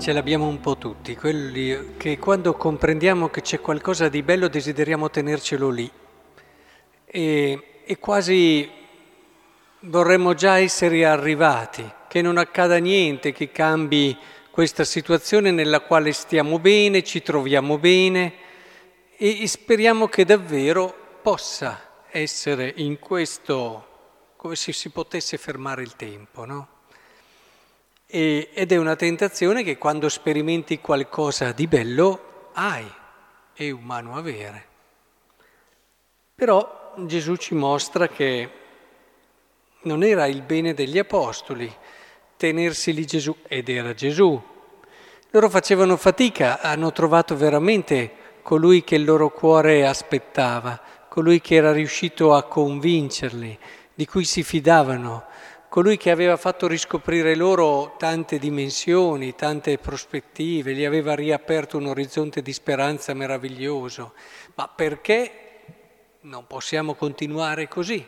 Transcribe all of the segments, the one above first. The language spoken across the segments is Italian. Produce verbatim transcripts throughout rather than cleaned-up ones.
Ce l'abbiamo un po' tutti, quelli che quando comprendiamo che c'è qualcosa di bello desideriamo tenercelo lì e, e quasi vorremmo già essere arrivati, che non accada niente, che cambi questa situazione nella quale stiamo bene, ci troviamo bene e, e speriamo che davvero possa essere in questo, come se si potesse fermare il tempo, no? E, ed è una tentazione che quando sperimenti qualcosa di bello hai, è umano avere. Però Gesù ci mostra che non era il bene degli apostoli tenersi lì Gesù, ed era Gesù. Loro facevano fatica, hanno trovato veramente colui che il loro cuore aspettava, colui che era riuscito a convincerli, di cui si fidavano, colui che aveva fatto riscoprire loro tante dimensioni, tante prospettive, gli aveva riaperto un orizzonte di speranza meraviglioso. Ma perché non possiamo continuare così?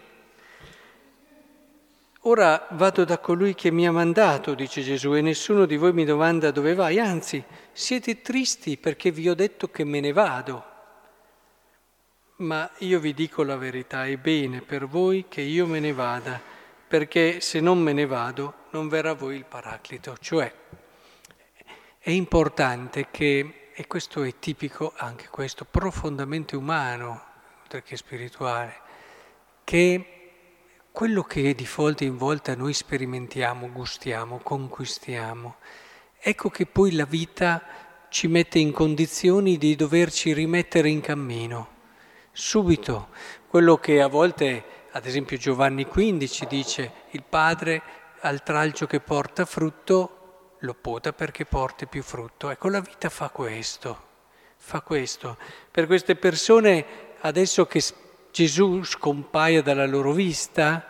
Ora vado da colui che mi ha mandato, dice Gesù, e nessuno di voi mi domanda dove vai, anzi siete tristi perché vi ho detto che me ne vado. Ma io vi dico la verità, è bene per voi che io me ne vada, perché se non me ne vado non verrà a voi il Paraclito. Cioè è importante che, e questo è tipico anche questo, profondamente umano, oltre che spirituale, che quello che di volta in volta noi sperimentiamo, gustiamo, conquistiamo, ecco che poi la vita ci mette in condizioni di doverci rimettere in cammino. Subito, quello che a volte, ad esempio Giovanni quindici dice, il padre al tralcio che porta frutto lo poda perché porti più frutto. Ecco, la vita fa questo, fa questo. Per queste persone, adesso che Gesù scompaia dalla loro vista,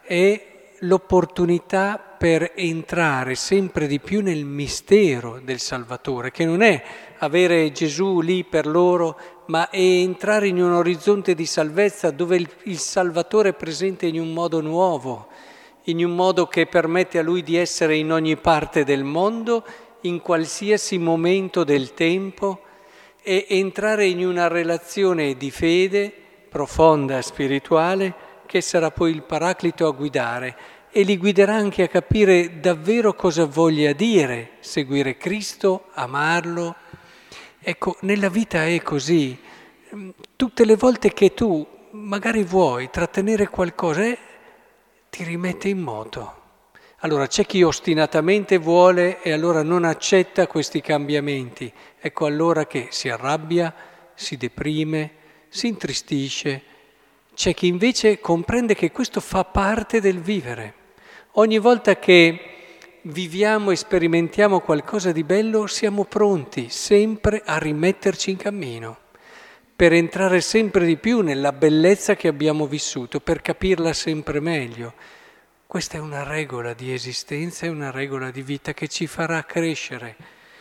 è l'opportunità per entrare sempre di più nel mistero del Salvatore, che non è avere Gesù lì per loro, ma è entrare in un orizzonte di salvezza dove il, il Salvatore è presente in un modo nuovo, in un modo che permette a Lui di essere in ogni parte del mondo, in qualsiasi momento del tempo, e entrare in una relazione di fede profonda, spirituale, che sarà poi il Paraclito a guidare e li guiderà anche a capire davvero cosa voglia dire seguire Cristo, amarlo. Ecco, nella vita è così. Tutte le volte che tu magari vuoi trattenere qualcosa, eh, ti rimette in moto. Allora c'è chi ostinatamente vuole e allora non accetta questi cambiamenti. Ecco allora che si arrabbia, si deprime, si intristisce. C'è chi invece comprende che questo fa parte del vivere. Ogni volta che viviamo e sperimentiamo qualcosa di bello, siamo pronti sempre a rimetterci in cammino, per entrare sempre di più nella bellezza che abbiamo vissuto, per capirla sempre meglio. Questa è una regola di esistenza, è una regola di vita che ci farà crescere,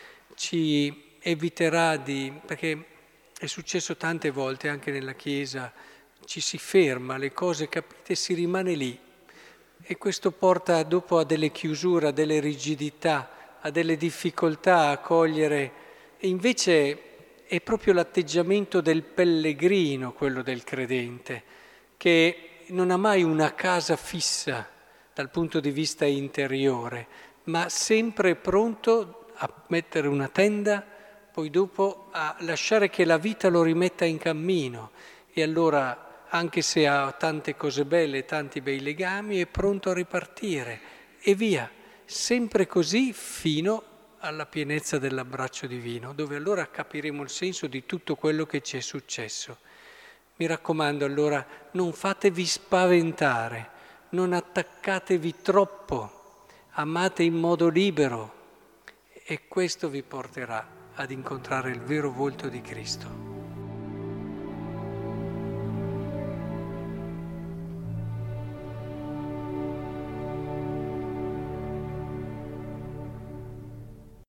ci eviterà di... perché è successo tante volte anche nella Chiesa, ci si ferma, le cose capite, si rimane lì e questo porta dopo a delle chiusure, a delle rigidità, a delle difficoltà a cogliere e invece è proprio l'atteggiamento del pellegrino quello del credente che non ha mai una casa fissa dal punto di vista interiore, ma sempre pronto a mettere una tenda, poi dopo a lasciare che la vita lo rimetta in cammino e allora anche se ha tante cose belle, tanti bei legami, è pronto a ripartire e via, sempre così fino alla pienezza dell'abbraccio divino, dove allora capiremo il senso di tutto quello che ci è successo. Mi raccomando allora, non fatevi spaventare, non attaccatevi troppo, amate in modo libero e questo vi porterà ad incontrare il vero volto di Cristo.